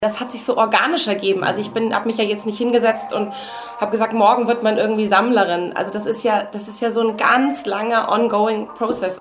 Das hat sich so organisch ergeben. Also ich habe mich ja jetzt nicht hingesetzt und habe gesagt, morgen wird man irgendwie Sammlerin. Also das ist ja so ein ganz langer ongoing Prozess.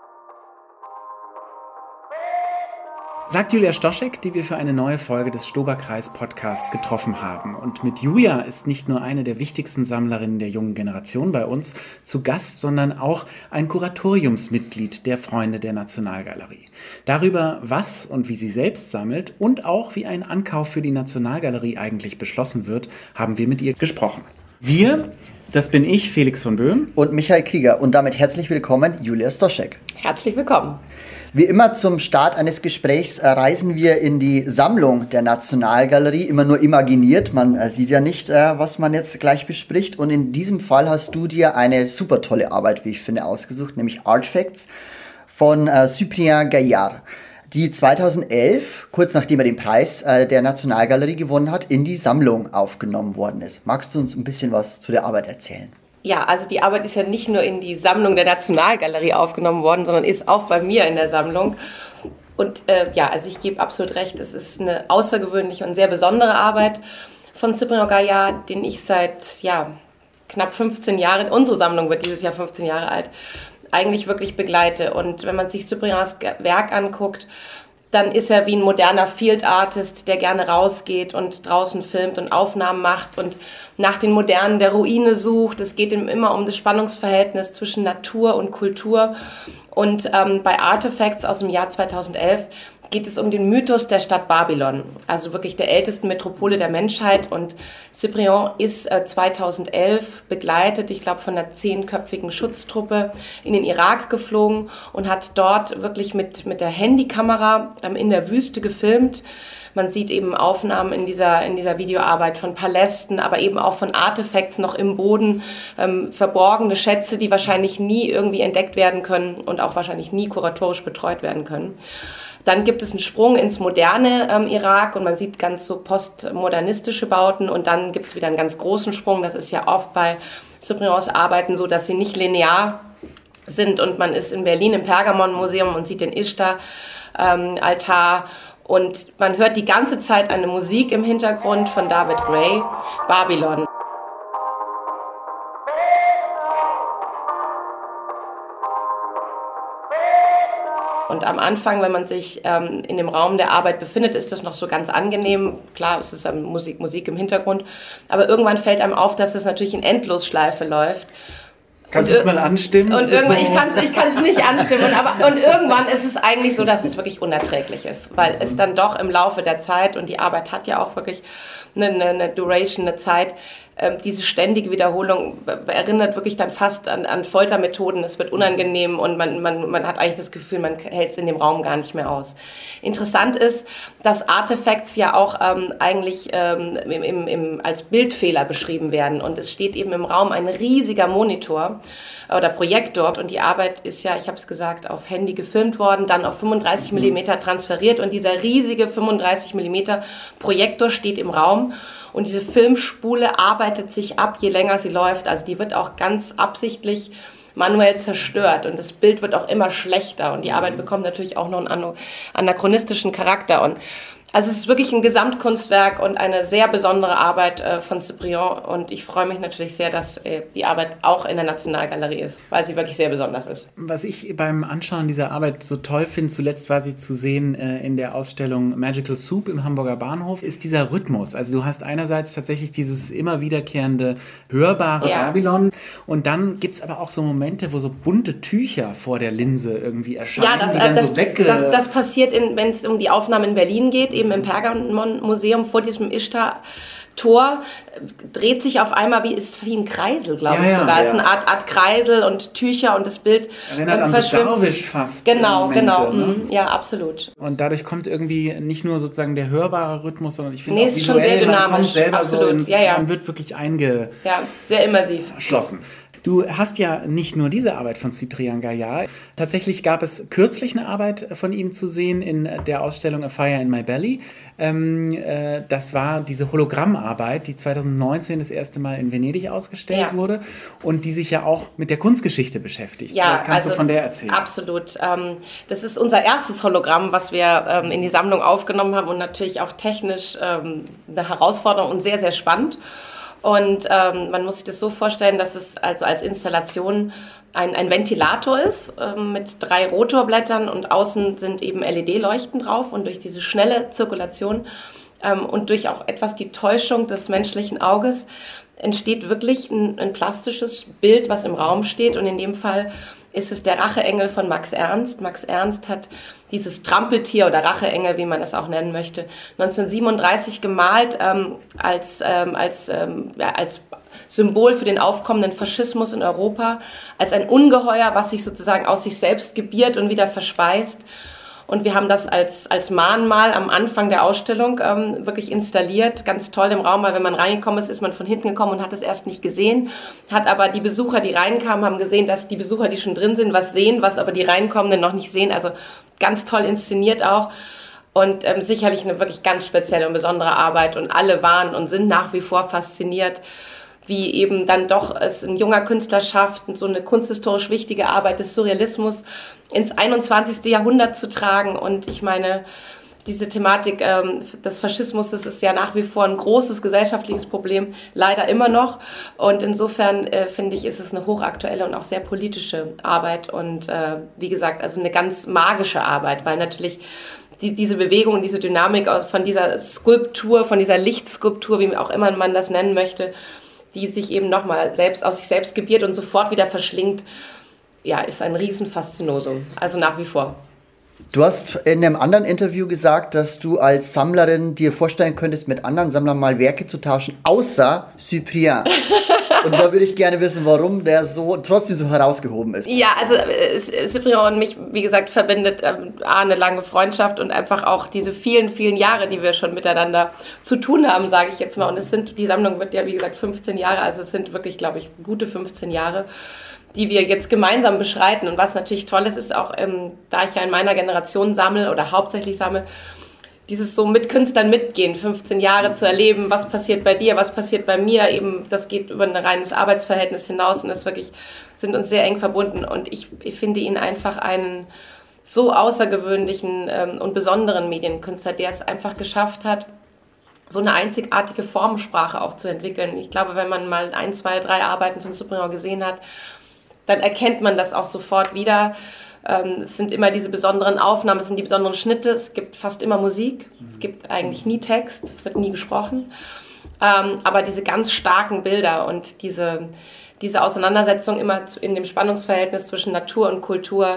Sagt Julia Stoschek, die wir für eine neue Folge des Stoberkreis-Podcasts getroffen haben. Und mit Julia ist nicht nur eine der wichtigsten Sammlerinnen der jungen Generation bei uns zu Gast, sondern auch ein Kuratoriumsmitglied der Freunde der Nationalgalerie. Darüber, was und wie sie selbst sammelt und auch wie ein Ankauf für die Nationalgalerie eigentlich beschlossen wird, haben wir mit ihr gesprochen. Wir, das bin ich, Felix von Böhm. Und Michael Krieger. Und damit herzlich willkommen, Julia Stoschek. Herzlich willkommen. Wie immer zum Start eines Gesprächs reisen wir in die Sammlung der Nationalgalerie, immer nur imaginiert. Man sieht ja nicht, was man jetzt gleich bespricht. Und in diesem Fall hast du dir eine super tolle Arbeit, wie ich finde, ausgesucht, nämlich Artefacts von Cyprien Gaillard, die 2011, kurz nachdem er den Preis der Nationalgalerie gewonnen hat, in die Sammlung aufgenommen worden ist. Magst du uns ein bisschen was zu der Arbeit erzählen? Ja, also die Arbeit ist ja nicht nur in die Sammlung der Nationalgalerie aufgenommen worden, sondern ist auch bei mir in der Sammlung. Und also ich gebe absolut recht, es ist eine außergewöhnliche und sehr besondere Arbeit von Cyprien Gaillard, den ich seit knapp 15 Jahren, unsere Sammlung wird dieses Jahr 15 Jahre alt, eigentlich wirklich begleite. Und wenn man sich Cypriens Werk anguckt, dann ist er wie ein moderner Field Artist, der gerne rausgeht und draußen filmt und Aufnahmen macht und nach den Modernen der Ruine sucht. Es geht ihm immer um das Spannungsverhältnis zwischen Natur und Kultur. Und bei Artefacts aus dem Jahr 2011 geht es um den Mythos der Stadt Babylon, also wirklich der ältesten Metropole der Menschheit. Und Cyprien ist 2011 begleitet, ich glaube von einer 10-köpfigen Schutztruppe, in den Irak geflogen und hat dort wirklich mit der Handykamera in der Wüste gefilmt. Man sieht eben Aufnahmen in dieser Videoarbeit von Palästen, aber eben auch von Artefacts noch im Boden, verborgene Schätze, die wahrscheinlich nie irgendwie entdeckt werden können und auch wahrscheinlich nie kuratorisch betreut werden können. Dann gibt es einen Sprung ins moderne Irak und man sieht ganz so postmodernistische Bauten und dann gibt es wieder einen ganz großen Sprung. Das ist ja oft bei Cypriens Arbeiten so, dass sie nicht linear sind und man ist in Berlin im Pergamon-Museum und sieht den Ishtar-Altar. Und man hört die ganze Zeit eine Musik im Hintergrund von David Gray, Babylon. Und am Anfang, wenn man sich in dem Raum der Arbeit befindet, ist das noch so ganz angenehm. Klar, es ist Musik im Hintergrund. Aber irgendwann fällt einem auf, dass das natürlich in Endlosschleife läuft. Kannst du es mal anstimmen? Und irgendwann, ich kann es nicht anstimmen. Und irgendwann ist es eigentlich so, dass es wirklich unerträglich ist. Weil es dann doch im Laufe der Zeit, und die Arbeit hat ja auch wirklich eine Duration, eine Zeit, diese ständige Wiederholung erinnert wirklich dann fast an Foltermethoden. Es wird unangenehm und man hat eigentlich das Gefühl, man hält es in dem Raum gar nicht mehr aus. Interessant ist, dass Artefacts ja auch eigentlich als Bildfehler beschrieben werden. Und es steht eben im Raum ein riesiger Monitor oder Projektor. Und die Arbeit ist ja, ich habe es gesagt, auf Handy gefilmt worden, dann auf 35 mm transferiert. Und dieser riesige 35 mm Projektor steht im Raum. Und diese Filmspule arbeitet sich ab, je länger sie läuft. Also die wird auch ganz absichtlich manuell zerstört und das Bild wird auch immer schlechter. Und die Arbeit bekommt natürlich auch noch einen anachronistischen Charakter. Und also es ist wirklich ein Gesamtkunstwerk und eine sehr besondere Arbeit von Cyprien. Und ich freue mich natürlich sehr, dass die Arbeit auch in der Nationalgalerie ist, weil sie wirklich sehr besonders ist. Was ich beim Anschauen dieser Arbeit so toll finde, zuletzt war sie zu sehen in der Ausstellung Magical Soup im Hamburger Bahnhof, ist dieser Rhythmus. Also du hast einerseits tatsächlich dieses immer wiederkehrende, hörbare Babylon und dann gibt es aber auch so Momente, wo so bunte Tücher vor der Linse irgendwie erscheinen, das passiert, wenn es um die Aufnahmen in Berlin geht, eben im Pergamon-Museum vor diesem Ishtar-Tor, dreht sich auf einmal wie ein Kreisel, glaube ich sogar. Es ist eine Art Kreisel und Tücher und das Bild erinnert an so Darwish fast. Genau, Momente, ne? Ja, absolut. Und dadurch kommt irgendwie nicht nur sozusagen der hörbare Rhythmus, sondern ich finde auch visuell, schon sehr dynamisch. Man kommt selber absolut. so man wird wirklich sehr immersiv. Schlossen. Du hast ja nicht nur diese Arbeit von Cyprien Gaillard. Tatsächlich gab es kürzlich eine Arbeit von ihm zu sehen in der Ausstellung A Fire in My Belly. Das war diese Hologrammarbeit Arbeit, die 2019 das erste Mal in Venedig ausgestellt wurde und die sich ja auch mit der Kunstgeschichte beschäftigt. Ja, Vielleicht kannst du von der erzählen. Absolut. Das ist unser erstes Hologramm, was wir in die Sammlung aufgenommen haben und natürlich auch technisch eine Herausforderung und sehr, sehr spannend. Und man muss sich das so vorstellen, dass es also als Installation ein Ventilator ist mit 3 Rotorblättern und außen sind eben LED-Leuchten drauf und durch diese schnelle Zirkulation und durch auch etwas die Täuschung des menschlichen Auges entsteht wirklich ein plastisches Bild, was im Raum steht und in dem Fall ist es der Racheengel von Max Ernst. Max Ernst hat dieses Trampeltier oder Racheengel, wie man es auch nennen möchte, 1937 gemalt als Symbol für den aufkommenden Faschismus in Europa, als ein Ungeheuer, was sich sozusagen aus sich selbst gebiert und wieder verspeist. Und wir haben das als Mahnmal am Anfang der Ausstellung wirklich installiert, ganz toll im Raum, weil wenn man reingekommen ist, ist man von hinten gekommen und hat es erst nicht gesehen, hat aber die Besucher, die reinkamen, haben gesehen, dass die Besucher, die schon drin sind, was sehen, was aber die Reinkommenden noch nicht sehen, also ganz toll inszeniert auch. Und sicherlich eine wirklich ganz spezielle und besondere Arbeit und alle waren und sind nach wie vor fasziniert, wie eben dann doch es ein junger Künstler schafft, so eine kunsthistorisch wichtige Arbeit des Surrealismus ins 21. Jahrhundert zu tragen. Und ich meine, diese Thematik des Faschismus, das ist ja nach wie vor ein großes gesellschaftliches Problem, leider immer noch. Und insofern finde ich, ist es eine hochaktuelle und auch sehr politische Arbeit. Und wie gesagt, also eine ganz magische Arbeit, weil natürlich diese Bewegung und diese Dynamik von dieser Skulptur, von dieser Lichtskulptur, wie auch immer man das nennen möchte, die sich eben nochmal selbst aus sich selbst gebiert und sofort wieder verschlingt, ja, ist ein Riesenfaszinosum. Also nach wie vor. Du hast in einem anderen Interview gesagt, dass du als Sammlerin dir vorstellen könntest, mit anderen Sammlern mal Werke zu tauschen, außer Cyprien. Und da würde ich gerne wissen, warum der trotzdem so herausgehoben ist. Ja, also Cyprien und mich, wie gesagt, verbindet eine lange Freundschaft und einfach auch diese vielen, vielen Jahre, die wir schon miteinander zu tun haben, sage ich jetzt mal. Und die Sammlung wird ja, wie gesagt, 15 Jahre, also es sind wirklich, glaube ich, gute 15 Jahre, die wir jetzt gemeinsam beschreiten. Und was natürlich toll ist, ist auch, da ich ja in meiner Generation sammle oder hauptsächlich sammle, dieses so mit Künstlern mitgehen, 15 Jahre zu erleben, was passiert bei dir, was passiert bei mir, eben das geht über ein reines Arbeitsverhältnis hinaus und ist wirklich, sind uns sehr eng verbunden und ich finde ihn einfach einen so außergewöhnlichen und besonderen Medienkünstler, der es einfach geschafft hat, so eine einzigartige Formensprache auch zu entwickeln. Ich glaube, wenn man mal 1, 2, 3 Arbeiten von Cyprien gesehen hat, dann erkennt man das auch sofort wieder. Es sind immer diese besonderen Aufnahmen, es sind die besonderen Schnitte, es gibt fast immer Musik, es gibt eigentlich nie Text, es wird nie gesprochen. Aber diese ganz starken Bilder und diese Auseinandersetzung immer in dem Spannungsverhältnis zwischen Natur und Kultur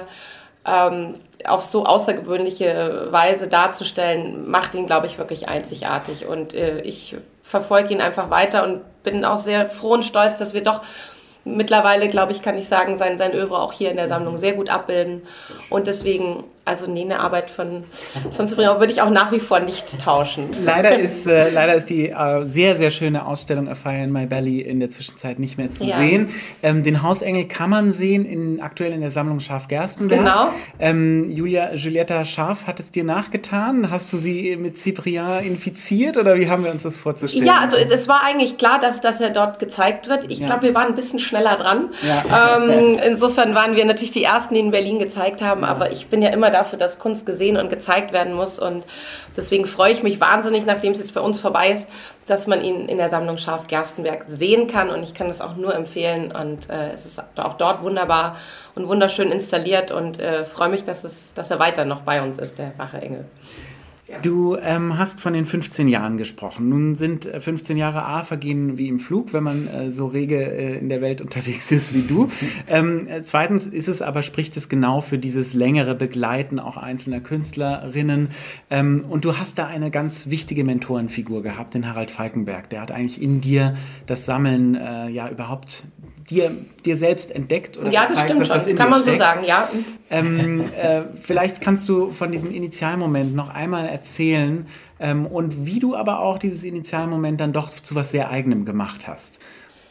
auf so außergewöhnliche Weise darzustellen, macht ihn, glaube ich, wirklich einzigartig. Und ich verfolge ihn einfach weiter und bin auch sehr froh und stolz, dass wir doch mittlerweile, glaube ich, kann ich sagen, sein Oeuvre auch hier in der Sammlung sehr gut abbilden. Und deswegen, also eine Arbeit von Cyprien würde ich auch nach wie vor nicht tauschen. Leider ist die sehr, sehr schöne Ausstellung A Fire in My Belly in der Zwischenzeit nicht mehr zu sehen. Den Hausengel kann man sehen, aktuell in der Sammlung Scharf-Gerstenberg. Genau. Julietta Scharf hat es dir nachgetan. Hast du sie mit Cyprien infiziert oder wie haben wir uns das vorzustellen? Ja, also es war eigentlich klar, dass er dort gezeigt wird. Ich glaube, wir waren ein bisschen schneller dran. Ja. Insofern waren wir natürlich die Ersten, die in Berlin gezeigt haben, aber ich bin ja immer dafür, dass Kunst gesehen und gezeigt werden muss und deswegen freue ich mich wahnsinnig, nachdem es jetzt bei uns vorbei ist, dass man ihn in der Sammlung Scharf-Gerstenberg sehen kann und ich kann das auch nur empfehlen und es ist auch dort wunderbar und wunderschön installiert und freue mich, dass er weiter noch bei uns ist, der Racheengel. Du hast von den 15 Jahren gesprochen. Nun sind 15 Jahre vergehen wie im Flug, wenn man so rege in der Welt unterwegs ist wie du. Zweitens spricht es genau für dieses längere Begleiten auch einzelner Künstlerinnen. Und du hast da eine ganz wichtige Mentorenfigur gehabt, den Harald Falkenberg. Der hat eigentlich in dir das Sammeln überhaupt dir selbst entdeckt oder ja, das gezeigt, stimmt dass schon. Das kann man so sagen, ja. Vielleicht kannst du von diesem Initialmoment noch einmal erzählen und wie du aber auch dieses Initialmoment dann doch zu was sehr Eigenem gemacht hast.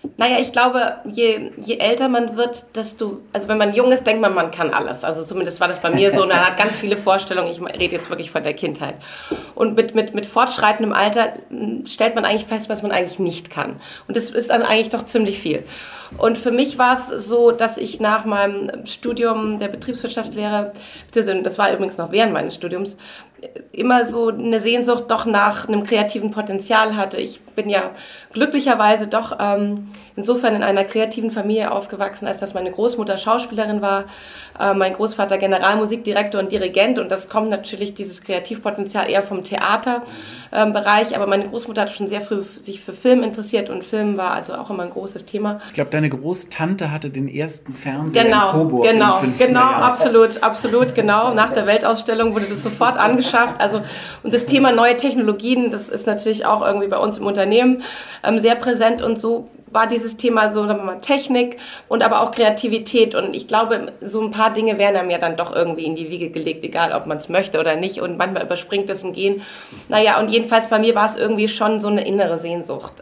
Naja, ich glaube, je älter man wird, also wenn man jung ist, denkt man kann alles. Also zumindest war das bei mir so. Und man hat ganz viele Vorstellungen. Ich rede jetzt wirklich von der Kindheit. Und mit fortschreitendem Alter stellt man eigentlich fest, was man eigentlich nicht kann. Und das ist dann eigentlich doch ziemlich viel. Und für mich war es so, dass ich nach meinem Studium der Betriebswirtschaftslehre, beziehungsweise das war übrigens noch während meines Studiums, immer so eine Sehnsucht doch nach einem kreativen Potenzial hatte. Ich bin ja glücklicherweise doch insofern in einer kreativen Familie aufgewachsen, als dass meine Großmutter Schauspielerin war, mein Großvater Generalmusikdirektor und Dirigent, und das kommt natürlich, dieses Kreativpotenzial, eher vom Theaterbereich, aber meine Großmutter hat schon sehr früh sich für Film interessiert und Film war also auch immer ein großes Thema. Ich glaube, deine Großtante hatte den ersten Fernseher in Coburg. Genau, absolut, genau. Nach der Weltausstellung wurde das sofort angeschafft. Also, und das Thema neue Technologien, das ist natürlich auch irgendwie bei uns im Unternehmen sehr präsent, und so war dieses Thema so, sagen wir mal, Technik und aber auch Kreativität, und ich glaube, so ein paar Dinge werden einem ja dann doch irgendwie in die Wiege gelegt, egal ob man es möchte oder nicht, und manchmal überspringt es ein Gen. Naja, und jedenfalls bei mir war es irgendwie schon so eine innere Sehnsucht.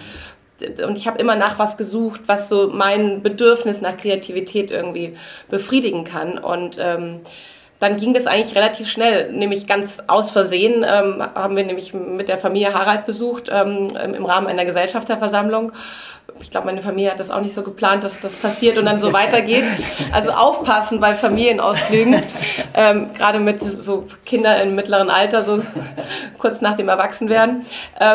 Und ich habe immer nach was gesucht, was so mein Bedürfnis nach Kreativität irgendwie befriedigen kann, und dann ging das eigentlich relativ schnell, nämlich ganz aus Versehen haben wir nämlich mit der Familie Harald besucht im Rahmen einer Gesellschafterversammlung. Ich glaube, meine Familie hat das auch nicht so geplant, dass das passiert und dann so weitergeht. Also aufpassen bei Familienausflügen, gerade mit so Kindern im mittleren Alter, so kurz nach dem Erwachsenwerden.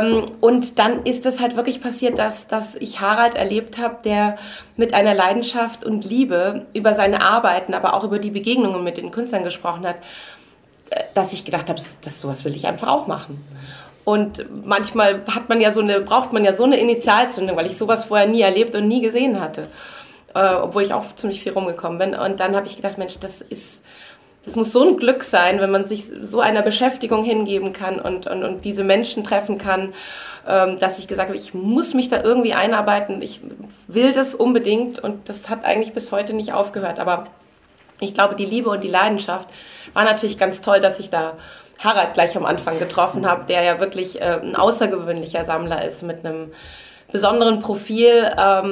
Und dann ist es halt wirklich passiert, dass ich Harald erlebt habe, der mit einer Leidenschaft und Liebe über seine Arbeiten, aber auch über die Begegnungen mit den Künstlern gesprochen hat, dass ich gedacht habe, sowas will ich einfach auch machen. Und manchmal braucht man ja so eine Initialzündung, weil ich sowas vorher nie erlebt und nie gesehen hatte. Obwohl ich auch ziemlich viel rumgekommen bin. Und dann habe ich gedacht, Mensch, das muss so ein Glück sein, wenn man sich so einer Beschäftigung hingeben kann und diese Menschen treffen kann, dass ich gesagt habe, ich muss mich da irgendwie einarbeiten. Ich will das unbedingt, und das hat eigentlich bis heute nicht aufgehört. Aber ich glaube, die Liebe und die Leidenschaft war natürlich ganz toll, dass ich da Harald gleich am Anfang getroffen habe, der ja wirklich ein außergewöhnlicher Sammler ist mit einem besonderen Profil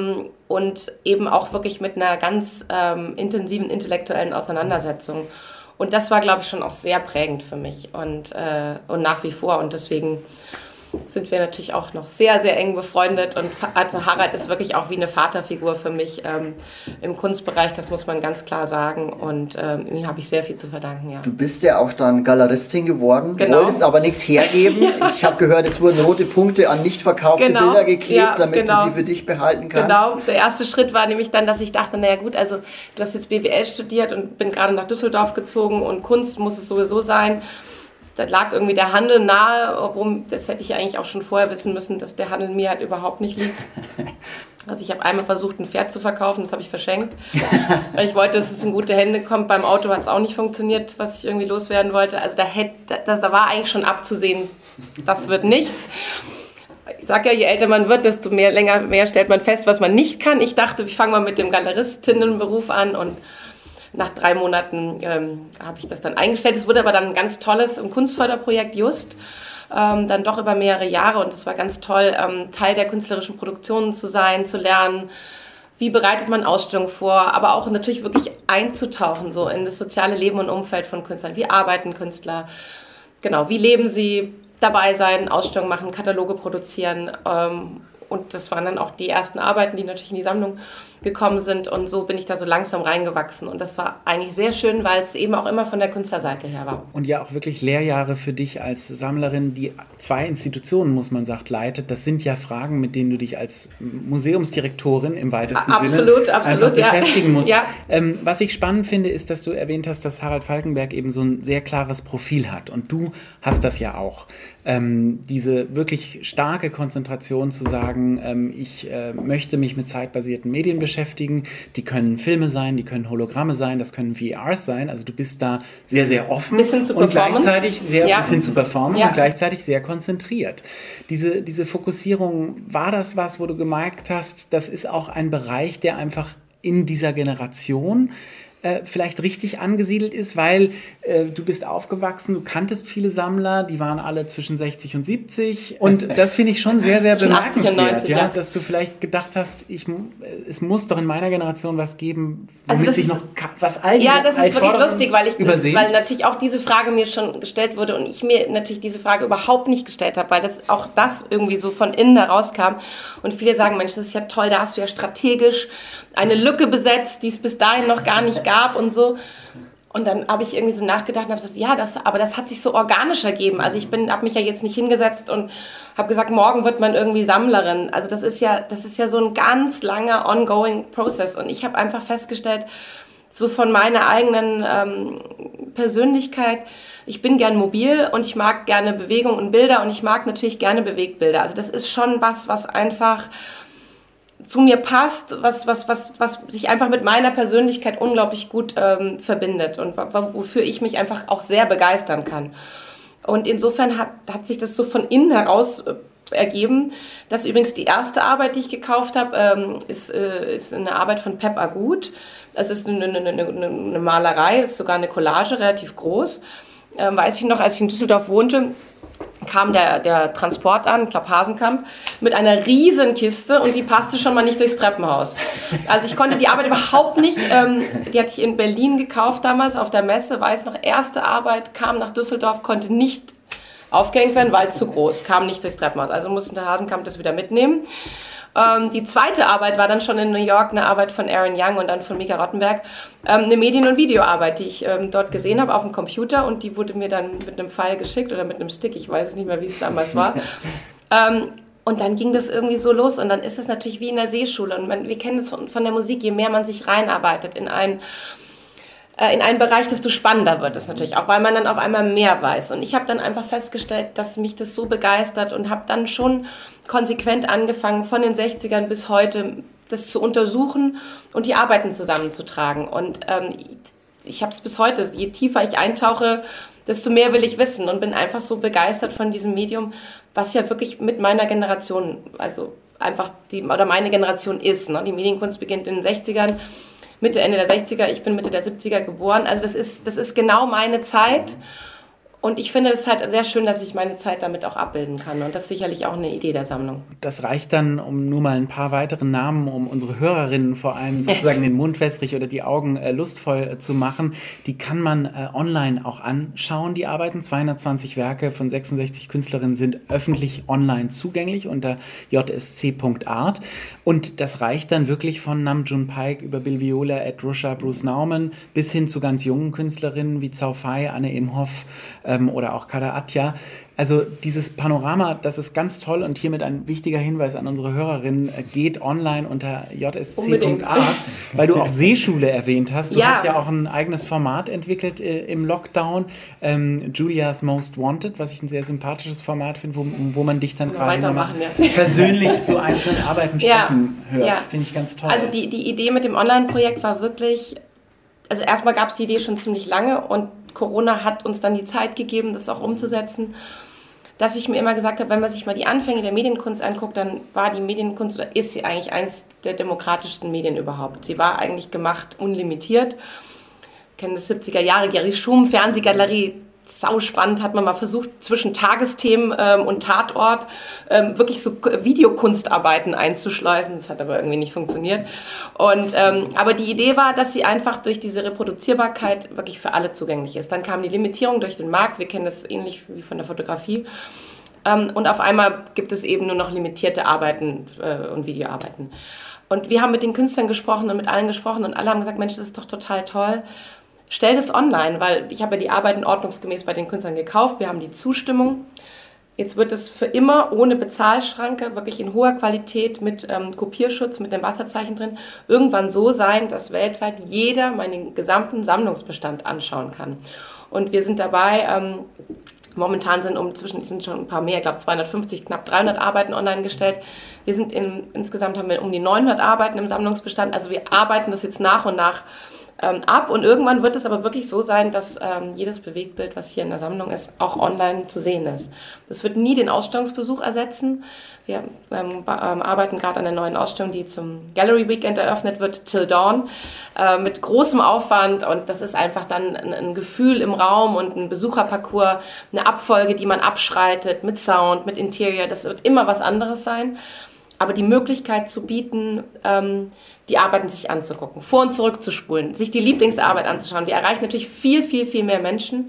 und eben auch wirklich mit einer ganz intensiven intellektuellen Auseinandersetzung. Und das war, glaube ich, schon auch sehr prägend für mich und nach wie vor. Und deswegen sind wir natürlich auch noch sehr, sehr eng befreundet. Und also Harald ist wirklich auch wie eine Vaterfigur für mich im Kunstbereich, das muss man ganz klar sagen. Und ihm habe ich sehr viel zu verdanken, ja. Du bist ja auch dann Galeristin geworden, genau. Wolltest aber nichts hergeben. Ich habe gehört, es wurden rote Punkte an nicht verkaufte Bilder geklebt, damit du sie für dich behalten kannst. Genau, der erste Schritt war nämlich dann, dass ich dachte, naja gut, also du hast jetzt BWL studiert und bin gerade nach Düsseldorf gezogen und Kunst muss es sowieso sein. Da lag irgendwie der Handel nahe, obwohl, das hätte ich eigentlich auch schon vorher wissen müssen, dass der Handel mir halt überhaupt nicht liegt. Also ich habe einmal versucht, ein Pferd zu verkaufen, das habe ich verschenkt. Weil ich wollte, dass es in gute Hände kommt. Beim Auto hat es auch nicht funktioniert, was ich irgendwie loswerden wollte. Also da war eigentlich schon abzusehen, das wird nichts. Ich sage ja, je älter man wird, desto mehr stellt man fest, was man nicht kann. Ich dachte, ich fange mal mit dem Galeristinnenberuf an, und nach 3 Monaten habe ich das dann eingestellt. Es wurde aber dann ein ganz tolles Kunstförderprojekt Just, dann doch über mehrere Jahre, und es war ganz toll, Teil der künstlerischen Produktionen zu sein, zu lernen, wie bereitet man Ausstellungen vor, aber auch natürlich wirklich einzutauchen so in das soziale Leben und Umfeld von Künstlern. Wie arbeiten Künstler? Genau, wie leben sie? Dabei sein, Ausstellungen machen, Kataloge produzieren, und das waren dann auch die ersten Arbeiten, die natürlich in die Sammlung gekommen sind, und so bin ich da so langsam reingewachsen, und das war eigentlich sehr schön, weil es eben auch immer von der Künstlerseite her war. Und ja auch wirklich Lehrjahre für dich als Sammlerin, die 2 Institutionen, muss man sagen, leitet. Das sind ja Fragen, mit denen du dich als Museumsdirektorin im weitesten Sinne einfach beschäftigen musst. Ja. Was ich spannend finde, ist, dass du erwähnt hast, dass Harald Falkenberg eben so ein sehr klares Profil hat, und du hast das ja auch. Diese wirklich starke Konzentration zu sagen, ich möchte mich mit zeitbasierten Medien beschäftigen, die können Filme sein, die können Hologramme sein, das können VRs sein, also du bist da sehr, sehr offen bis hin zu und gleichzeitig bis hin zu Performance ja. Und gleichzeitig sehr konzentriert. Diese Fokussierung, war das was, wo du gemerkt hast, das ist auch ein Bereich, der einfach in dieser Generation vielleicht richtig angesiedelt ist, weil du bist aufgewachsen, du kanntest viele Sammler, die waren alle zwischen 60 und 70 und das finde ich schon sehr, sehr bemerkenswert, 90, ja, dass du vielleicht gedacht hast, es muss doch in meiner Generation was geben, womit sich noch was all diese Ja, das ist wirklich lustig, weil natürlich auch diese Frage mir schon gestellt wurde und ich mir natürlich diese Frage überhaupt nicht gestellt habe, weil auch das irgendwie so von innen herauskam und viele sagen, Mensch, das ist ja toll, da hast du ja strategisch eine Lücke besetzt, die es bis dahin noch gar nicht gab und so. Und dann habe ich irgendwie so nachgedacht und habe gesagt, ja, aber das hat sich so organisch ergeben. Also ich habe mich ja jetzt nicht hingesetzt und habe gesagt, morgen wird man irgendwie Sammlerin. Also das ist ja so ein ganz langer ongoing Prozess. Und ich habe einfach festgestellt, so von meiner eigenen Persönlichkeit, ich bin gern mobil und ich mag gerne Bewegung und Bilder und ich mag natürlich gerne Bewegtbilder. Also das ist schon was einfach zu mir passt, was sich einfach mit meiner Persönlichkeit unglaublich gut verbindet und wofür ich mich einfach auch sehr begeistern kann. Und insofern hat sich das so von innen heraus ergeben. Das ist übrigens die erste Arbeit, die ich gekauft habe, ist eine Arbeit von Pep Agut. Also es ist eine Malerei, ist sogar eine Collage, relativ groß. Weiß ich noch, als ich in Düsseldorf wohnte, kam der Transport an, ich glaube Hasenkamp, mit einer riesen Kiste und die passte schon mal nicht durchs Treppenhaus. Also ich konnte die Arbeit überhaupt nicht, die hatte ich in Berlin gekauft damals auf der Messe, weiß noch, erste Arbeit, kam nach Düsseldorf, konnte nicht aufgehängt werden, weil zu groß, kam nicht durchs Treppenhaus. Also musste der Hasenkamp das wieder mitnehmen. Die zweite Arbeit war dann schon in New York, eine Arbeit von Aaron Young und dann von Mika Rottenberg, eine Medien- und Videoarbeit, die ich dort gesehen habe auf dem Computer und die wurde mir dann mit einem Pfeil geschickt oder mit einem Stick, ich weiß nicht mehr, wie es damals war. Und dann ging das irgendwie so los und dann ist es natürlich wie in der Seeschule und wir kennen es von der Musik, je mehr man sich reinarbeitet in einen Bereich, desto spannender wird es natürlich auch, weil man dann auf einmal mehr weiß. Und ich habe dann einfach festgestellt, dass mich das so begeistert und habe dann schon konsequent angefangen, von den 60ern bis heute das zu untersuchen und die Arbeiten zusammenzutragen. Und ich habe es bis heute, je tiefer ich eintauche, desto mehr will ich wissen und bin einfach so begeistert von diesem Medium, was ja wirklich mit meiner Generation, also einfach meine Generation ist. Ne? Die Medienkunst beginnt in den 60ern, Mitte, Ende der 60er, ich bin Mitte der 70er geboren. Also das ist genau meine Zeit und ich finde es halt sehr schön, dass ich meine Zeit damit auch abbilden kann und das ist sicherlich auch eine Idee der Sammlung. Das reicht dann, um nur mal ein paar weitere Namen, um unsere Hörerinnen vor allem sozusagen den Mund wässrig oder die Augen lustvoll zu machen. Die kann man online auch anschauen, die Arbeiten. 220 Werke von 66 Künstlerinnen sind öffentlich online zugänglich unter jsc.art. Und das reicht dann wirklich von Nam June Paik über Bill Viola, Ed Ruscha, Bruce Nauman bis hin zu ganz jungen Künstlerinnen wie Cao Fei, Anne Imhoff oder auch Kada Atja. Also dieses Panorama, das ist ganz toll und hiermit ein wichtiger Hinweis an unsere Hörerinnen, geht online unter jsc.art, weil du auch Seeschule erwähnt hast. Du hast ja auch ein eigenes Format entwickelt im Lockdown, Julia's Most Wanted, was ich ein sehr sympathisches Format finde, wo man dich dann quasi persönlich zu einzelnen Arbeiten sprechen hört. Ja. Finde ich ganz toll. Also die Idee mit dem Online-Projekt war wirklich, also erstmal gab es die Idee schon ziemlich lange und Corona hat uns dann die Zeit gegeben, das auch umzusetzen, dass ich mir immer gesagt habe, wenn man sich mal die Anfänge der Medienkunst anguckt, dann war die Medienkunst oder ist sie eigentlich eins der demokratischsten Medien überhaupt. Sie war eigentlich gemacht, unlimitiert. Ich kenne das 70er Jahre, Gary Schum, Fernsehgalerie, sauspannend, hat man mal versucht, zwischen Tagesthemen und Tatort wirklich so Videokunstarbeiten einzuschleusen. Das hat aber irgendwie nicht funktioniert. Aber die Idee war, dass sie einfach durch diese Reproduzierbarkeit wirklich für alle zugänglich ist. Dann kam die Limitierung durch den Markt. Wir kennen das ähnlich wie von der Fotografie. Und auf einmal gibt es eben nur noch limitierte Arbeiten und Videoarbeiten. Und wir haben mit den Künstlern gesprochen und mit allen gesprochen und alle haben gesagt, Mensch, das ist doch total toll. Stell das online, weil ich habe ja die Arbeiten ordnungsgemäß bei den Künstlern gekauft. Wir haben die Zustimmung. Jetzt wird es für immer ohne Bezahlschranke, wirklich in hoher Qualität mit Kopierschutz, mit dem Wasserzeichen drin, irgendwann so sein, dass weltweit jeder meinen gesamten Sammlungsbestand anschauen kann. Und wir sind dabei, momentan sind schon ein paar mehr, ich glaube 250, knapp 300 Arbeiten online gestellt. Wir sind insgesamt haben wir um die 900 Arbeiten im Sammlungsbestand. Also wir arbeiten das jetzt nach und nach ab und irgendwann wird es aber wirklich so sein, dass jedes Bewegtbild, was hier in der Sammlung ist, auch online zu sehen ist. Das wird nie den Ausstellungsbesuch ersetzen. Wir arbeiten gerade an einer neuen Ausstellung, die zum Gallery Weekend eröffnet wird, Till Dawn, mit großem Aufwand, und das ist einfach dann ein Gefühl im Raum und ein Besucherparcours, eine Abfolge, die man abschreitet mit Sound, mit Interior, das wird immer was anderes sein. Aber die Möglichkeit zu bieten, die Arbeiten sich anzugucken, vor- und zurückzuspulen, sich die Lieblingsarbeit anzuschauen. Wir erreichen natürlich viel, viel, viel mehr Menschen,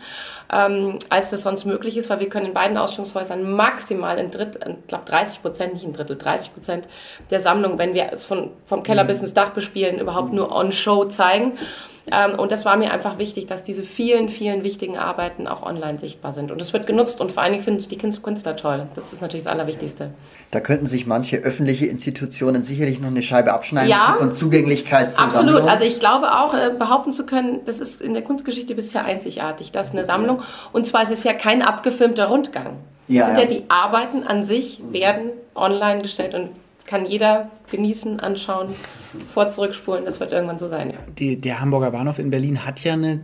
als das sonst möglich ist, weil wir können in beiden Ausstellungshäusern maximal ich glaube 30%, nicht ein Drittel, 30% der Sammlung, wenn wir es vom Keller bis ins Dach bespielen, überhaupt nur on-show zeigen. Und das war mir einfach wichtig, dass diese vielen, vielen wichtigen Arbeiten auch online sichtbar sind. Und es wird genutzt, und vor allen Dingen finden es die Künstler toll. Das ist natürlich das Allerwichtigste. Da könnten sich manche öffentliche Institutionen sicherlich noch eine Scheibe abschneiden von Zugänglichkeit zur absolut. Sammlung. Also ich glaube auch, behaupten zu können, das ist in der Kunstgeschichte bisher einzigartig, dass eine Sammlung, und zwar ist es ja kein abgefilmter Rundgang. Die Arbeiten an sich werden online gestellt und kann jeder genießen, anschauen, zurückspulen. Das wird irgendwann so sein. Ja. Der Hamburger Bahnhof in Berlin hat ja eine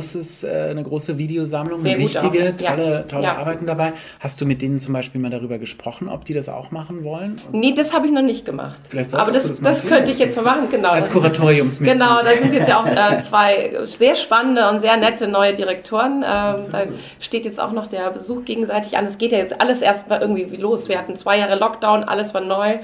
große Videosammlung, sehr wichtige, auch. tolle Arbeiten dabei. Hast du mit denen zum Beispiel mal darüber gesprochen, ob die das auch machen wollen? Nee, das habe ich noch nicht gemacht. Aber das könnte ich jetzt mal machen, genau. Als Kuratoriumsmitglied. Genau, da sind jetzt ja auch zwei sehr spannende und sehr nette neue Direktoren. Da steht jetzt auch noch der Besuch gegenseitig an. Es geht ja jetzt alles erst mal irgendwie los. Wir hatten 2 Jahre Lockdown, alles war neu.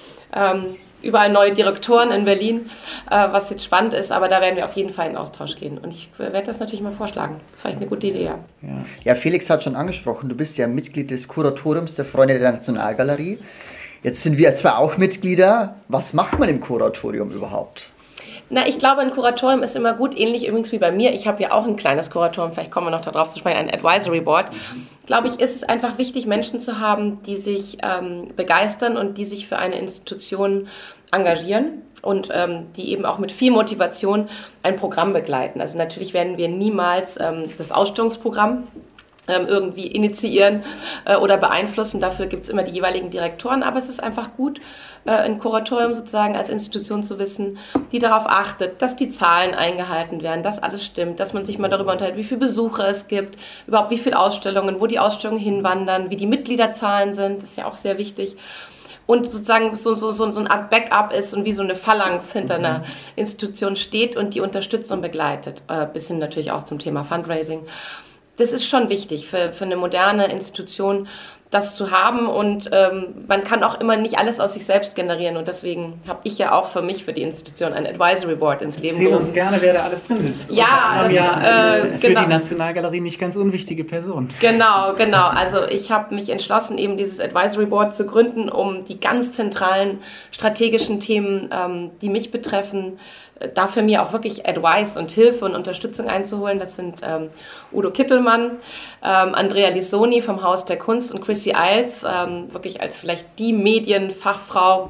Überall neue Direktoren in Berlin, was jetzt spannend ist, aber da werden wir auf jeden Fall in Austausch gehen. Und ich werde das natürlich mal vorschlagen. Das ist vielleicht eine gute Idee, Ja, Felix hat schon angesprochen, du bist ja Mitglied des Kuratoriums der Freunde der Nationalgalerie. Jetzt sind wir zwar auch Mitglieder. Was macht man im Kuratorium überhaupt? Na, ich glaube, ein Kuratorium ist immer gut, ähnlich übrigens wie bei mir. Ich habe ja auch ein kleines Kuratorium, vielleicht kommen wir noch darauf zu sprechen, ein Advisory Board. Glaube ich, ist es einfach wichtig, Menschen zu haben, die sich begeistern und die sich für eine Institution engagieren und die eben auch mit viel Motivation ein Programm begleiten. Also natürlich werden wir niemals das Ausstellungsprogramm irgendwie initiieren oder beeinflussen. Dafür gibt es immer die jeweiligen Direktoren. Aber es ist einfach gut, ein Kuratorium sozusagen als Institution zu wissen, die darauf achtet, dass die Zahlen eingehalten werden, dass alles stimmt, dass man sich mal darüber unterhält, wie viele Besucher es gibt, überhaupt wie viele Ausstellungen, wo die Ausstellungen hinwandern, wie die Mitgliederzahlen sind. Das ist ja auch sehr wichtig. Und sozusagen so eine Art Backup ist und wie so eine Phalanx hinter einer Institution steht und die unterstützt und begleitet. Bis hin natürlich auch zum Thema Fundraising. Das ist schon wichtig für eine moderne Institution, das zu haben, und man kann auch immer nicht alles aus sich selbst generieren, und deswegen habe ich ja auch für die Institution ein Advisory Board ins Leben gerufen. Erzähl uns gerne, wer da alles drin sitzt. Für die Nationalgalerie nicht ganz unwichtige Person. Genau. Also ich habe mich entschlossen, eben dieses Advisory Board zu gründen, um die ganz zentralen strategischen Themen, die mich betreffen, dafür mir auch wirklich Advice und Hilfe und Unterstützung einzuholen. Das sind Udo Kittelmann, Andrea Lissoni vom Haus der Kunst und Chrissy Iles, wirklich als vielleicht die Medienfachfrau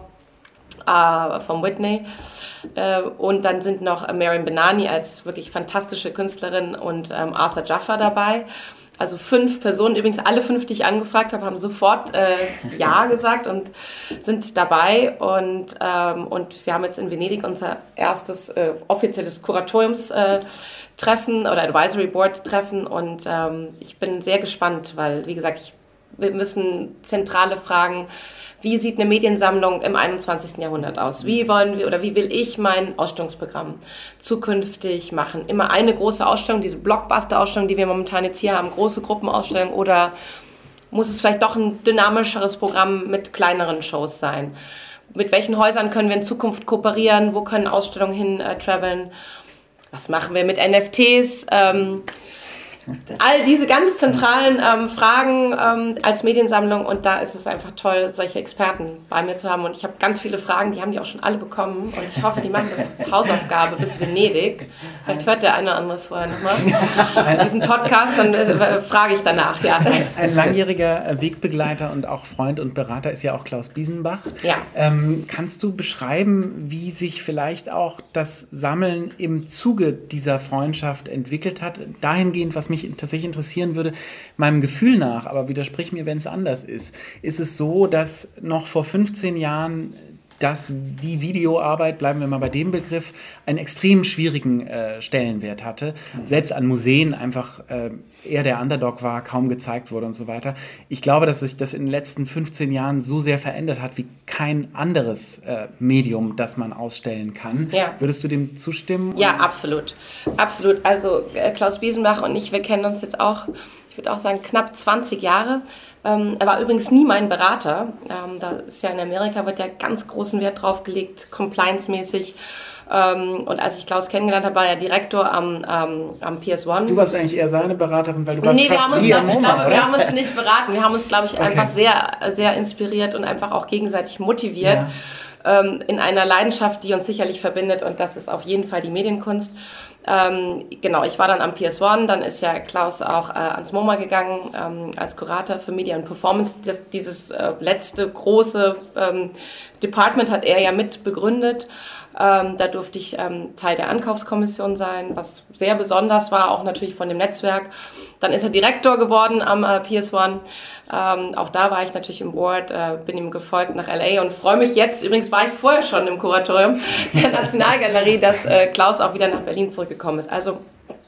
vom Whitney. Und dann sind noch Mariam Benani als wirklich fantastische Künstlerin und Arthur Jaffa dabei. Also 5 Personen, übrigens alle 5, die ich angefragt habe, haben sofort Ja gesagt und sind dabei. Und wir haben jetzt in Venedig unser erstes offizielles Kuratoriumstreffen oder Advisory Board Treffen. Und ich bin sehr gespannt, weil, wie gesagt, wir müssen zentrale Fragen. Wie sieht eine Mediensammlung im 21. Jahrhundert aus? Wie will ich mein Ausstellungsprogramm zukünftig machen? Immer eine große Ausstellung, diese Blockbuster-Ausstellung, die wir momentan jetzt hier haben, große Gruppenausstellung, oder muss es vielleicht doch ein dynamischeres Programm mit kleineren Shows sein? Mit welchen Häusern können wir in Zukunft kooperieren? Wo können Ausstellungen hin traveln? Was machen wir mit NFTs? All diese ganz zentralen Fragen als Mediensammlung, und da ist es einfach toll, solche Experten bei mir zu haben, und ich habe ganz viele Fragen, die haben die auch schon alle bekommen, und ich hoffe, die machen das als Hausaufgabe bis Venedig. Vielleicht hört der eine oder andere es vorher nochmal, diesen Podcast, dann frage ich danach. Ja. Ein langjähriger Wegbegleiter und auch Freund und Berater ist ja auch Klaus Biesenbach. Ja. Kannst du beschreiben, wie sich vielleicht auch das Sammeln im Zuge dieser Freundschaft entwickelt hat? Dahingehend, was mich tatsächlich interessieren würde, meinem Gefühl nach, aber widersprich mir, wenn es anders ist. Ist es so, dass noch vor 15 Jahren dass die Videoarbeit, bleiben wir mal bei dem Begriff, einen extrem schwierigen Stellenwert hatte. Selbst an Museen einfach eher der Underdog war, kaum gezeigt wurde und so weiter. Ich glaube, dass sich das in den letzten 15 Jahren so sehr verändert hat, wie kein anderes Medium, das man ausstellen kann. Ja. Würdest du dem zustimmen? Ja, absolut. Absolut. Also Klaus Biesenbach und ich, wir kennen uns jetzt auch, ich würde auch sagen, knapp 20 Jahre. Er war übrigens nie mein Berater. Da ist ja in Amerika, wird ja ganz großen Wert drauf gelegt, compliance-mäßig. Und als ich Klaus kennengelernt habe, war er Direktor am PS1. Du warst eigentlich eher seine Beraterin, weil du warst wir haben uns nicht beraten. Wir haben uns, glaube ich, einfach sehr, sehr inspiriert und einfach auch gegenseitig motiviert in einer Leidenschaft, die uns sicherlich verbindet. Und das ist auf jeden Fall die Medienkunst. Genau, ich war dann am PS1, dann ist ja Klaus auch ans MoMA gegangen als Kurator für Media und Performance. Dieses letzte große Department hat er ja mit begründet. Da durfte ich Teil der Ankaufskommission sein, was sehr besonders war, auch natürlich von dem Netzwerk. Dann ist er Direktor geworden am PS1. Auch da war ich natürlich im Board, bin ihm gefolgt nach LA und freue mich jetzt, übrigens war ich vorher schon im Kuratorium der Nationalgalerie, dass Klaus auch wieder nach Berlin zurückgekommen ist. Also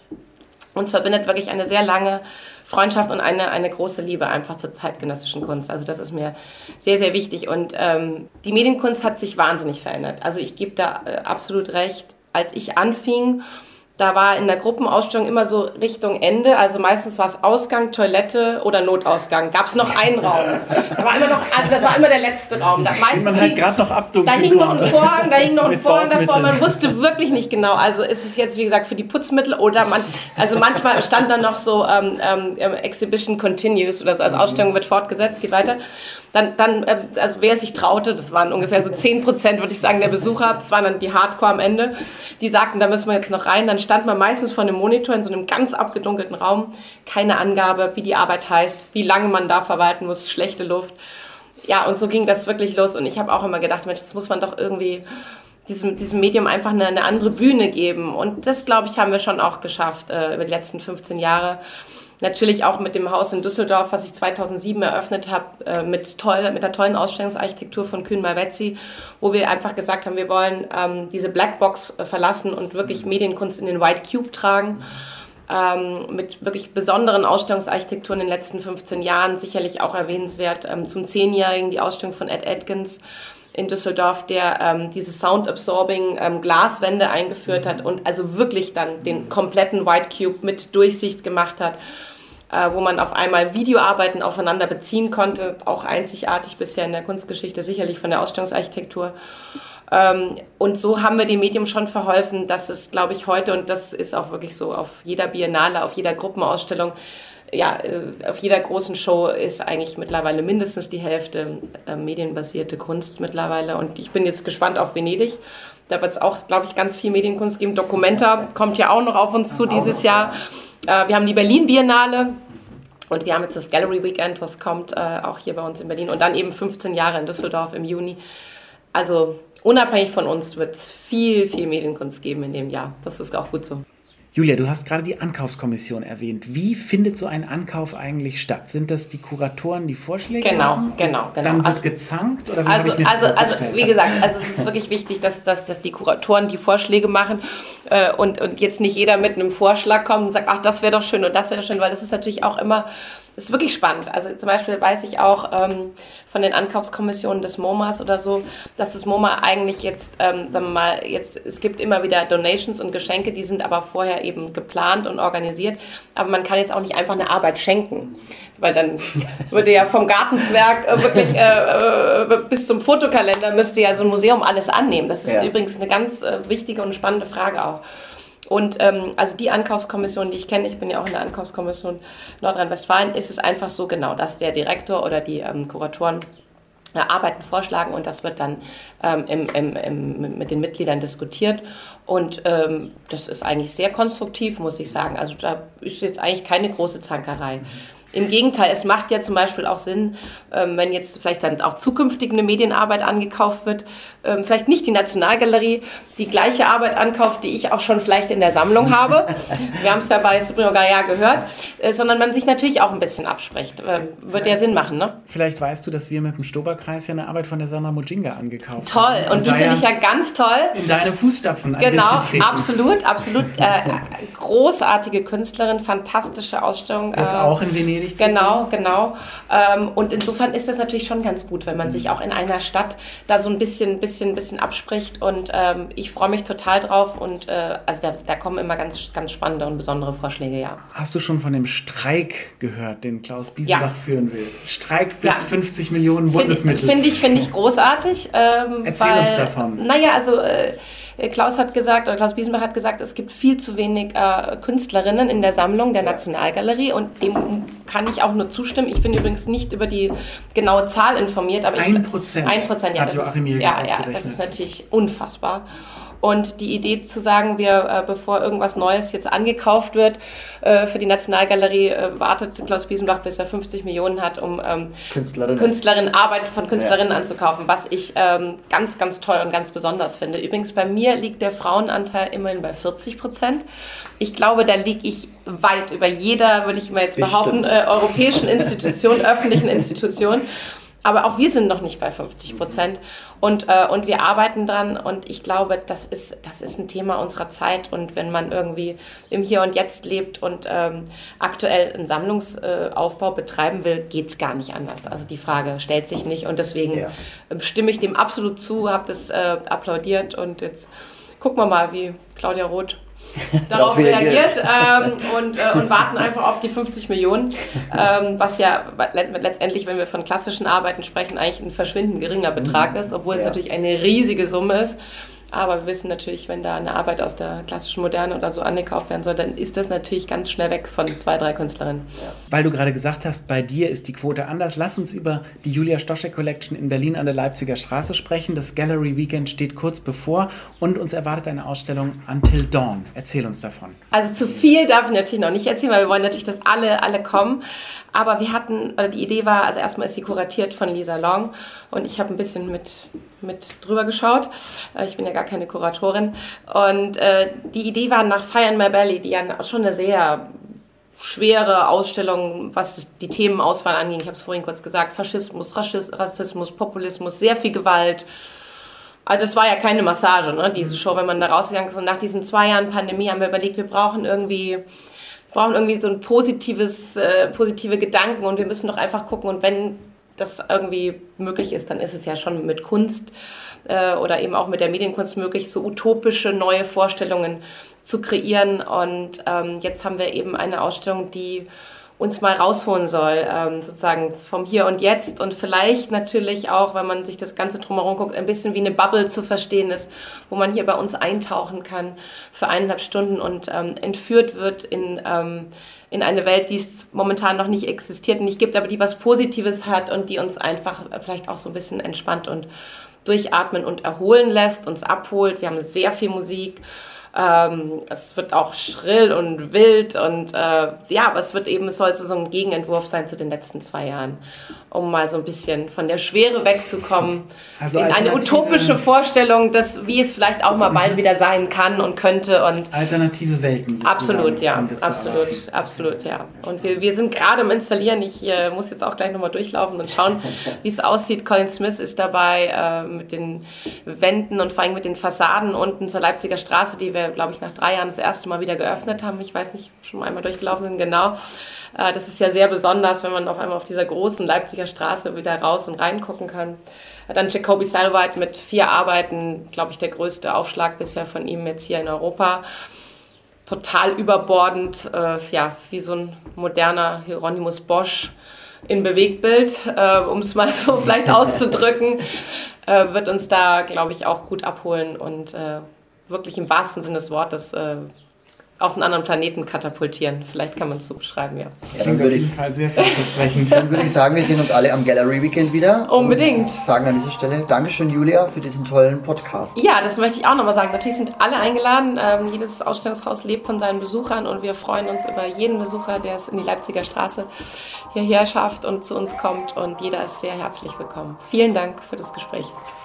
uns verbindet wirklich eine sehr lange Freundschaft und eine große Liebe einfach zur zeitgenössischen Kunst. Also das ist mir sehr, sehr wichtig. Und die Medienkunst hat sich wahnsinnig verändert. Also ich gebe da absolut recht. Als ich anfing, da war in der Gruppenausstellung immer so Richtung Ende, also meistens war es Ausgang, Toilette oder Notausgang. Gab es noch einen Raum. Da war immer noch, also das war immer der letzte Raum. Da, man halt gerade noch abdunkeln. Da hing noch ein Vorhang, davor. Man wusste wirklich nicht genau. Also ist es jetzt, wie gesagt, für die Putzmittel oder manchmal stand dann noch so Exhibition continues oder so, also Ausstellung wird fortgesetzt, geht weiter. Dann, also wer sich traute, das waren ungefähr so 10%, würde ich sagen, der Besucher, das waren dann die Hardcore am Ende, die sagten, da müssen wir jetzt noch rein. Dann stand man meistens vor einem Monitor in so einem ganz abgedunkelten Raum, keine Angabe, wie die Arbeit heißt, wie lange man da verwalten muss, schlechte Luft. Ja, und so ging das wirklich los. Und ich habe auch immer gedacht, Mensch, das muss man doch irgendwie diesem Medium einfach eine andere Bühne geben. Und das, glaube ich, haben wir schon auch geschafft über die letzten 15 Jahre. Natürlich auch mit dem Haus in Düsseldorf, was ich 2007 eröffnet habe, mit der tollen Ausstellungsarchitektur von Kühn Malvezzi, wo wir einfach gesagt haben, wir wollen diese Blackbox verlassen und wirklich Medienkunst in den White Cube tragen. Mit wirklich besonderen Ausstellungsarchitekturen in den letzten 15 Jahren, sicherlich auch erwähnenswert zum 10-Jährigen die Ausstellung von Ed Atkins in Düsseldorf, der diese Sound-Absorbing Glaswände eingeführt hat und also wirklich dann den kompletten White Cube mit Durchsicht gemacht hat, wo man auf einmal Videoarbeiten aufeinander beziehen konnte, auch einzigartig bisher in der Kunstgeschichte, sicherlich von der Ausstellungsarchitektur. Und so haben wir dem Medium schon verholfen, dass es, glaube ich, heute, und das ist auch wirklich so, auf jeder Biennale, auf jeder Gruppenausstellung, ja, auf jeder großen Show ist eigentlich mittlerweile mindestens die Hälfte medienbasierte Kunst mittlerweile. Und ich bin jetzt gespannt auf Venedig. Da wird es auch, glaube ich, ganz viel Medienkunst geben. Documenta kommt ja auch noch auf uns zu dieses Jahr. Wir haben die Berlin Biennale und wir haben jetzt das Gallery Weekend, was kommt, auch hier bei uns in Berlin. Und dann eben 15 Jahre in Düsseldorf im Juni. Also unabhängig von uns wird es viel, viel Medienkunst geben in dem Jahr. Das ist auch gut so. Julia, du hast gerade die Ankaufskommission erwähnt. Wie findet so ein Ankauf eigentlich statt? Sind das die Kuratoren, die Vorschläge machen? Genau. Dann wird gezankt? Oder wie gesagt, es ist wirklich wichtig, dass die Kuratoren die Vorschläge machen und jetzt nicht jeder mit einem Vorschlag kommt und sagt, ach, das wäre doch schön und das wäre doch schön, weil das ist natürlich auch immer, das ist wirklich spannend. Also zum Beispiel weiß ich auch von den Ankaufskommissionen des MoMAs oder so, dass das MoMA eigentlich jetzt, sagen wir mal, es gibt immer wieder Donations und Geschenke, die sind aber vorher eben geplant und organisiert. Aber man kann jetzt auch nicht einfach eine Arbeit schenken, weil dann würde ja vom Gartenzwerg wirklich bis zum Fotokalender müsste ja so ein Museum alles annehmen. Das ist übrigens eine ganz wichtige und spannende Frage auch. Und also die Ankaufskommission, die ich kenne, ich bin ja auch in der Ankaufskommission Nordrhein-Westfalen, ist es einfach so genau, dass der Direktor oder die Kuratoren Arbeiten vorschlagen und das wird dann mit den Mitgliedern diskutiert. Und das ist eigentlich sehr konstruktiv, muss ich sagen. Also da ist jetzt eigentlich keine große Zankerei. Im Gegenteil, es macht ja zum Beispiel auch Sinn, wenn jetzt vielleicht dann auch zukünftig eine Medienarbeit angekauft wird, vielleicht nicht die Nationalgalerie die gleiche Arbeit ankauft, die ich auch schon vielleicht in der Sammlung habe. Wir haben es ja bei Supremo Gaia gehört, sondern man sich natürlich auch ein bisschen abspricht. Wird ja Sinn machen, ne? Vielleicht weißt du, dass wir mit dem Stoberkreis ja eine Arbeit von der Sandra Mujinga angekauft haben. Toll, und die finde ich ja ganz toll. In deine Fußstapfen ein Genau, bisschen absolut. Großartige Künstlerin, fantastische Ausstellung. Jetzt auch in Venedig zu sehen. Genau. Und insofern ist das natürlich schon ganz gut, wenn man sich auch in einer Stadt da so ein bisschen abspricht. Und ich freue mich total drauf. Und also da kommen immer ganz, ganz spannende und besondere Vorschläge, ja. Hast du schon von dem Streik gehört, den Klaus Biesenbach führen will? Streik bis 50 Millionen Bundesmittel. Finde ich großartig. Erzähl uns davon. Naja, also Klaus Biesenbach hat gesagt, es gibt viel zu wenig Künstlerinnen in der Sammlung der Nationalgalerie und dem kann ich auch nur zustimmen. Ich bin übrigens nicht über die genaue Zahl informiert, aber 1%, das ist natürlich unfassbar. Und die Idee zu sagen, bevor irgendwas Neues jetzt angekauft wird für die Nationalgalerie, wartet Klaus Biesenbach, bis er 50 Millionen hat, um Arbeit von Künstlerinnen anzukaufen, was ich ganz, ganz toll und ganz besonders finde. Übrigens, bei mir liegt der Frauenanteil immerhin bei 40%. Ich glaube, da liege ich weit über jeder, würde ich mal jetzt behaupten, europäischen Institution, öffentlichen Institution. Aber auch wir sind noch nicht bei 50%. Und wir arbeiten dran. Und ich glaube, das ist ein Thema unserer Zeit. Und wenn man irgendwie im Hier und Jetzt lebt und aktuell einen Sammlungsaufbau betreiben will, geht es gar nicht anders. Also die Frage stellt sich nicht. Und deswegen stimme ich dem absolut zu, habe das applaudiert. Und jetzt gucken wir mal, wie Claudia Roth darauf reagiert und warten einfach auf die 50 Millionen, was ja letztendlich, wenn wir von klassischen Arbeiten sprechen, eigentlich ein verschwindend geringer Betrag ist, obwohl es natürlich eine riesige Summe ist. Aber wir wissen natürlich, wenn da eine Arbeit aus der klassischen Moderne oder so angekauft werden soll, dann ist das natürlich ganz schnell weg von 2, 3 Künstlerinnen. Ja. Weil du gerade gesagt hast, bei dir ist die Quote anders. Lass uns über die Julia Stoschek Collection in Berlin an der Leipziger Straße sprechen. Das Gallery Weekend steht kurz bevor und uns erwartet eine Ausstellung Until Dawn. Erzähl uns davon. Also zu viel darf ich natürlich noch nicht erzählen, weil wir wollen natürlich, dass alle kommen. Aber die Idee war, also erstmal ist sie kuratiert von Lisa Long und ich habe ein bisschen mit drüber geschaut. Ich bin ja gar keine Kuratorin. Und die Idee war nach Fire in My Belly, die ja schon eine sehr schwere Ausstellung, was die Themenauswahl anging. Ich habe es vorhin kurz gesagt, Faschismus, Rassismus, Populismus, sehr viel Gewalt. Also es war ja keine Massage, ne, diese Show, wenn man da rausgegangen ist. Und nach diesen 2 Jahren Pandemie haben wir überlegt, wir brauchen irgendwie so ein positive Gedanken und wir müssen doch einfach gucken. Und wenn das irgendwie möglich ist, dann ist es ja schon mit Kunst oder eben auch mit der Medienkunst möglich, so utopische neue Vorstellungen zu kreieren. Und jetzt haben wir eben eine Ausstellung, die uns mal rausholen soll, sozusagen vom Hier und Jetzt und vielleicht natürlich auch, wenn man sich das Ganze drumherum guckt, ein bisschen wie eine Bubble zu verstehen ist, wo man hier bei uns eintauchen kann für 1,5 Stunden und entführt wird in eine Welt, die es momentan noch nicht existiert und nicht gibt, aber die was Positives hat und die uns einfach vielleicht auch so ein bisschen entspannt und durchatmen und erholen lässt, uns abholt. Wir haben sehr viel Musik. Es wird auch schrill und wild und aber es soll so ein Gegenentwurf sein zu den letzten 2 Jahren, um mal so ein bisschen von der Schwere wegzukommen, also in eine utopische Vorstellung, wie es vielleicht auch mal bald wieder sein kann und könnte. Und alternative Welten. Absolut, ja. Absolut, ja. Und wir sind gerade im Installieren. Ich muss jetzt auch gleich nochmal durchlaufen und schauen, wie es aussieht. Colin Smith ist dabei mit den Wänden und vor allem mit den Fassaden unten zur Leipziger Straße, die wir, glaube ich, nach 3 Jahren das erste Mal wieder geöffnet haben. Ich weiß nicht, schon einmal durchgelaufen sind, genau. Das ist ja sehr besonders, wenn man auf einmal auf dieser großen Leipziger Straße wieder raus und reingucken kann. Dann Jacoby Salweit mit 4 Arbeiten, glaube ich, der größte Aufschlag bisher von ihm jetzt hier in Europa. Total überbordend, wie so ein moderner Hieronymus Bosch in Bewegtbild, um es mal so vielleicht auszudrücken, wird uns da, glaube ich, auch gut abholen und wirklich im wahrsten Sinne des Wortes auf einen anderen Planeten katapultieren. Vielleicht kann man es so beschreiben, ja. Klingt auf jeden Fall sehr vielversprechend. Dann würde ich sagen, wir sehen uns alle am Gallery Weekend wieder. Unbedingt. Und sagen an dieser Stelle Dankeschön, Julia, für diesen tollen Podcast. Ja, das möchte ich auch nochmal sagen. Natürlich sind alle eingeladen. Jedes Ausstellungshaus lebt von seinen Besuchern und wir freuen uns über jeden Besucher, der es in die Leipziger Straße hierher schafft und zu uns kommt. Und jeder ist sehr herzlich willkommen. Vielen Dank für das Gespräch.